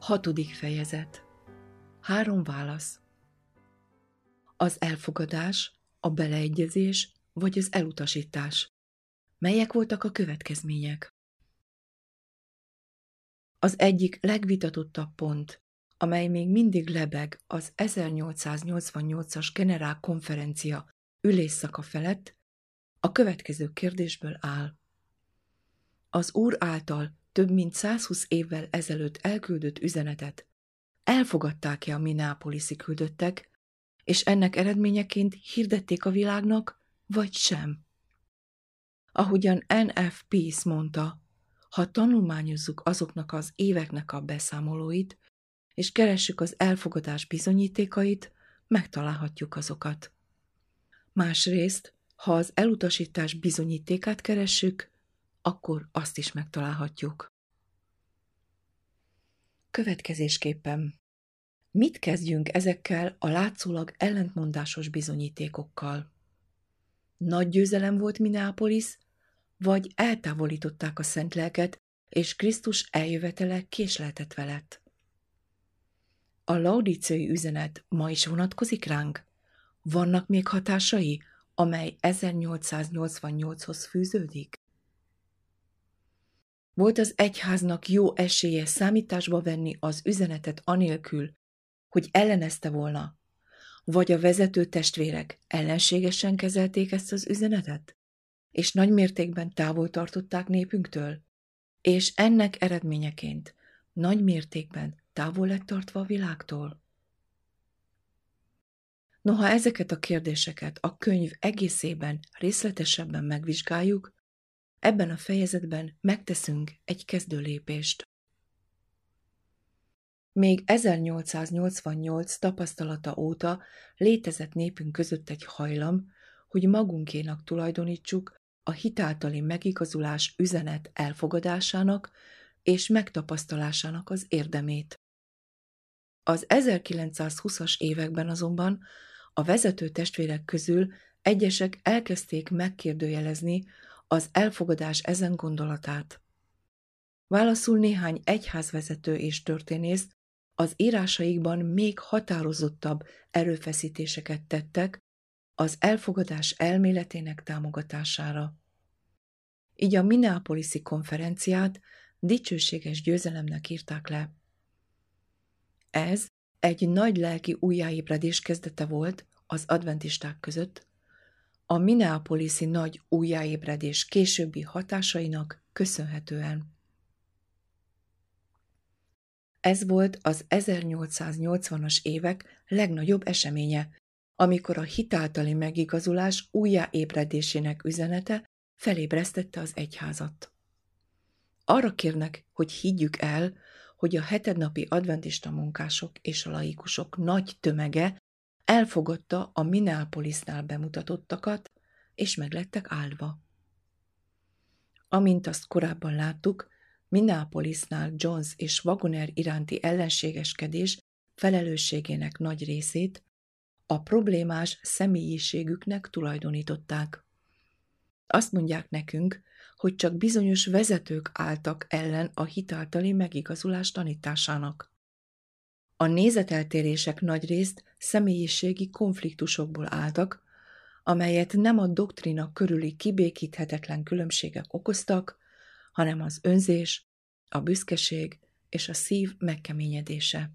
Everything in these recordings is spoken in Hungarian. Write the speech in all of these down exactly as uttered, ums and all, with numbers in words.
Hatodik fejezet. Három válasz. Az elfogadás, a beleegyezés vagy az elutasítás. Melyek voltak a következmények? Az egyik legvitatottabb pont, amely még mindig lebeg az ezernyolcszáznyolcvannyolcas generálkonferencia ülésszaka felett, a következő kérdésből áll. Az Úr által több mint százhúsz évvel ezelőtt elküldött üzenetet elfogadták-e a minneapoliszi küldöttek, és ennek eredményeként hirdették a világnak, vagy sem? Ahogyan en ef Peace mondta, ha tanulmányozzuk azoknak az éveknek a beszámolóit, és keressük az elfogadás bizonyítékait, megtalálhatjuk azokat. Másrészt, ha az elutasítás bizonyítékát keressük, akkor azt is megtalálhatjuk. Következésképpen, mit kezdjünk ezekkel a látszólag ellentmondásos bizonyítékokkal? Nagy győzelem volt Minneapolis, vagy eltávolították a szent lelket, és Krisztus eljövetele késleltetve lett? A laudíciai üzenet ma is vonatkozik ránk? Vannak még hatásai, amely ezernyolcszáznyolcvannyolchoz fűződik? Volt az egyháznak jó esélye számításba venni az üzenetet anélkül, hogy ellenezte volna, vagy a vezető testvérek ellenségesen kezelték ezt az üzenetet, és nagy mértékben távol tartották népünktől, és ennek eredményeként nagy mértékben távol lett tartva a világtól? Noha ezeket a kérdéseket a könyv egészében részletesebben megvizsgáljuk, ebben a fejezetben megteszünk egy kezdőlépést. Még ezernyolcszáznyolcvannyolc tapasztalata óta létezett népünk között egy hajlam, hogy magunkénak tulajdonítsuk a hitáltali megigazulás üzenet elfogadásának és megtapasztalásának az érdemét. Az ezerkilencszázhúszas években azonban a vezető testvérek közül egyesek elkezdték megkérdőjelezni az elfogadás ezen gondolatát. Válaszul néhány egyházvezető és történész az írásaikban még határozottabb erőfeszítéseket tettek az elfogadás elméletének támogatására. Így a minneapoliszi konferenciát dicsőséges győzelemnek írták le. Ez egy nagy lelki újjáébredés kezdete volt az adventisták között, a minneapoliszi nagy újjáébredés későbbi hatásainak köszönhetően. Ez volt az ezernyolcszáznyolcvanas évek legnagyobb eseménye, amikor a hitáltali megigazulás újjáébredésének üzenete felébresztette az egyházat. Arra kérnek, hogy higgyük el, hogy a hetednapi adventista munkások és a laikusok nagy tömege elfogadta a Minneapolisnál bemutatottakat, és meglettek áldva. Amint azt korábban láttuk, Minneapolisnál Jones és Wagoner iránti ellenségeskedés felelősségének nagy részét a problémás személyiségüknek tulajdonították. Azt mondják nekünk, hogy csak bizonyos vezetők álltak ellen a hitáltali megigazulás tanításának. A nézeteltérések nagyrészt személyiségi konfliktusokból álltak, amelyet nem a doktrina körüli kibékíthetetlen különbségek okoztak, hanem az önzés, a büszkeség és a szív megkeményedése.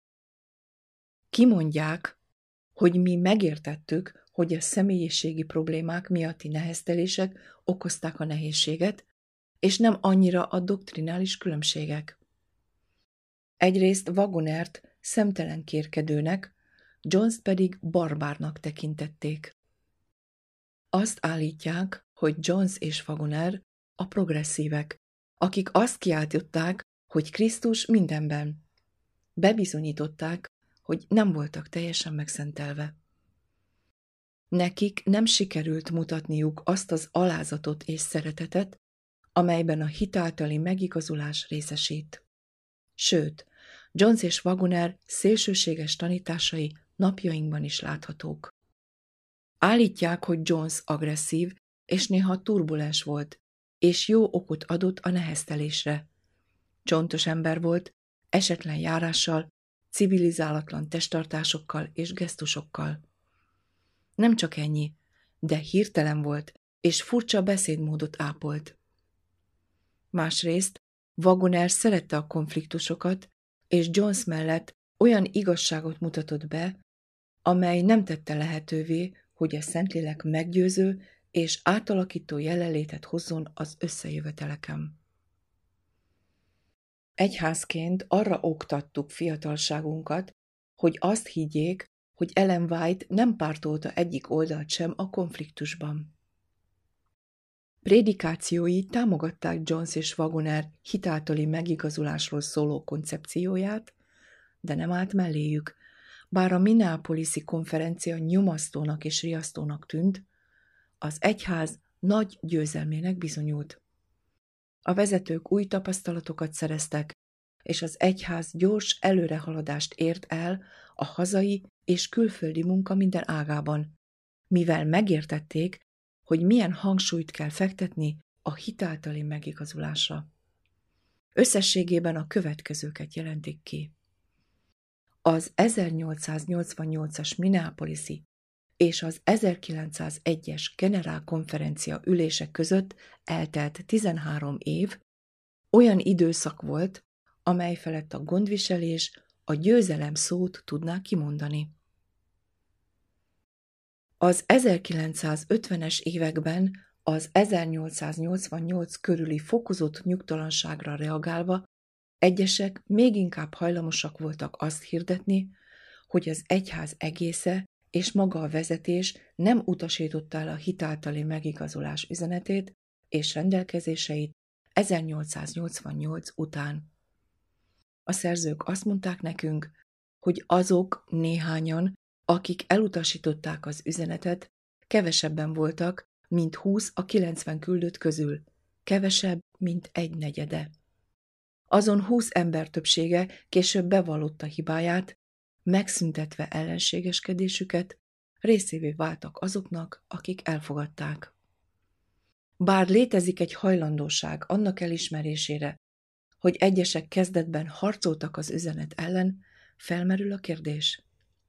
Kimondják, hogy mi megértettük, hogy a személyiségi problémák miatti neheztelések okozták a nehézséget, és nem annyira a doktrinális különbségek. Egyrészt Wagonert szemtelen kérkedőnek, Jones pedig barbárnak tekintették. Azt állítják, hogy Jones és Wagoner a progresszívek, akik azt kiáltották, hogy Krisztus mindenben. Bebizonyították, hogy nem voltak teljesen megszentelve. Nekik nem sikerült mutatniuk azt az alázatot és szeretetet, amelyben a hitáltali megigazulás részesít. Sőt, Jones és Wagoner szélsőséges tanításai napjainkban is láthatók. Állítják, hogy Jones agresszív és néha turbulens volt, és jó okot adott a neheztelésre. Csontos ember volt, esetlen járással, civilizálatlan testtartásokkal és gesztusokkal. Nem csak ennyi, de hirtelen volt, és furcsa beszédmódot ápolt. Másrészt Wagoner szerette a konfliktusokat, és Jones mellett olyan igazságot mutatott be, amely nem tette lehetővé, hogy a Szentlélek meggyőző és átalakító jelenlétet hozzon az összejöveteleken. Egyházként arra oktattuk fiatalságunkat, hogy azt higgyék, hogy Ellen White nem pártolta egyik oldalt sem a konfliktusban. Prédikációi támogatták Jones és Wagoner hitáltali megigazulásról szóló koncepcióját, de nem állt melléjük, bár a Minneapolis-i konferencia nyomasztónak és riasztónak tűnt, az egyház nagy győzelmének bizonyult. A vezetők új tapasztalatokat szereztek, és az egyház gyors előrehaladást ért el a hazai és külföldi munka minden ágában, mivel megértették, hogy milyen hangsúlyt kell fektetni a hitáltali megigazulásra. Összességében a következőket jelentik ki. Az ezernyolcszáznyolcvannyolcas Minneapolis-i és az ezerkilencszázegyes generálkonferencia ülések között eltelt tizenhárom év olyan időszak volt, amely felett a gondviselés a győzelem szót tudná kimondani. Az ezerkilencszázötvenes években az ezernyolcszáznyolcvannyolc körüli fokozott nyugtalanságra reagálva egyesek még inkább hajlamosak voltak azt hirdetni, hogy az egyház egésze és maga a vezetés nem utasította el a hitáltali megigazulás üzenetét és rendelkezéseit ezernyolcszáznyolcvannyolc után. A szerzők azt mondták nekünk, hogy azok néhányan, akik elutasították az üzenetet, kevesebben voltak, mint húsz a kilencven küldött közül, kevesebb, mint egy negyede. Azon húsz ember többsége később bevallotta hibáját, megszüntetve ellenségeskedésüket, részévé váltak azoknak, akik elfogadták. Bár létezik egy hajlandóság annak elismerésére, hogy egyesek kezdetben harcoltak az üzenet ellen, felmerül a kérdés.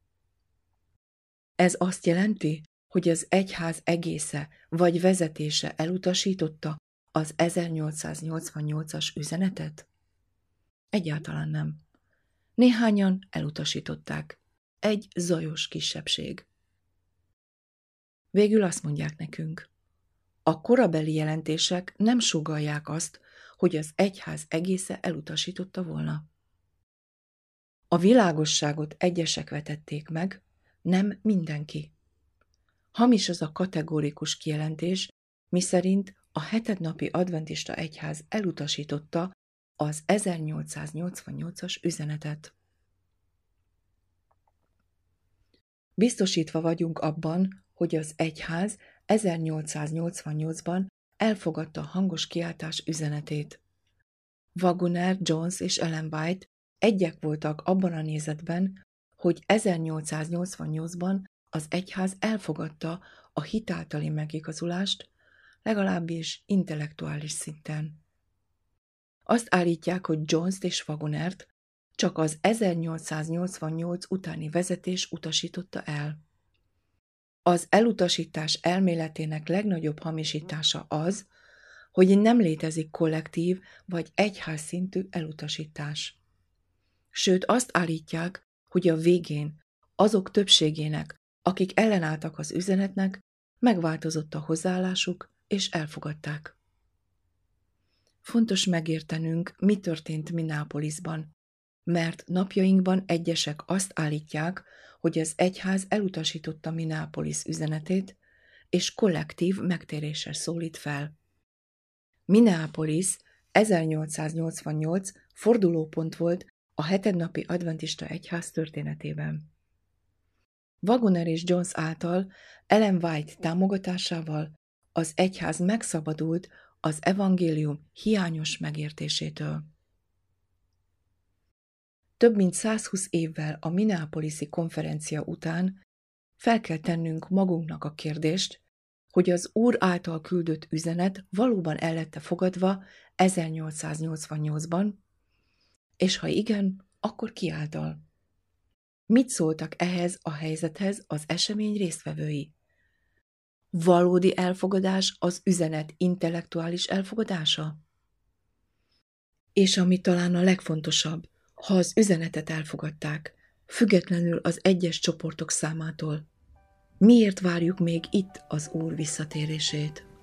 Ez azt jelenti, hogy az egyház egésze vagy vezetése elutasította az ezernyolcszáznyolcvannyolcas üzenetet? Egyáltalán nem. Néhányan elutasították. Egy zajos kisebbség. Végül azt mondják nekünk. A korabeli jelentések nem sugallják azt, hogy az egyház egésze elutasította volna. A világosságot egyesek vetették meg, nem mindenki. Hamis az a kategórikus kijelentés, miszerint a hetednapi adventista egyház elutasította az ezernyolcszáznyolcvannyolcas üzenetet. Biztosítva vagyunk abban, hogy az egyház ezernyolcszáznyolcvannyolcban elfogadta a hangos kiáltás üzenetét. Wagoner, Jones és Ellen White egyek voltak abban a nézetben, hogy ezernyolcszáznyolcvannyolcban az egyház elfogadta a hitáltali megigazulást, legalábbis intellektuális szinten. Azt állítják, hogy Jones-t és Wagonert csak az ezernyolcszáznyolcvannyolc utáni vezetés utasította el. Az elutasítás elméletének legnagyobb hamisítása az, hogy nem létezik kollektív vagy egyház szintű elutasítás. Sőt, azt állítják, hogy a végén azok többségének, akik ellenálltak az üzenetnek, megváltozott a hozzáállásuk, és elfogadták. Fontos megértenünk, mi történt Minneapolisban, mert napjainkban egyesek azt állítják, hogy az egyház elutasította Minneapolis üzenetét, és kollektív megtérésre szólít fel. Minneapolis ezernyolcszáznyolcvannyolc fordulópont volt a hetednapi adventista egyház történetében. Wagoner és Jones által Ellen White támogatásával az egyház megszabadult az evangélium hiányos megértésétől. Több mint százhúsz évvel a Minneapolis-i konferencia után fel kell tennünk magunknak a kérdést, hogy az Úr által küldött üzenet valóban el lett-e fogadva ezernyolcszáznyolcvannyolcban, És ha igen, akkor ki által? Mit szóltak ehhez a helyzethez az esemény résztvevői? Valódi elfogadás az üzenet intellektuális elfogadása? És ami talán a legfontosabb, ha az üzenetet elfogadták, függetlenül az egyes csoportok számától, miért várjuk még itt az Úr visszatérését?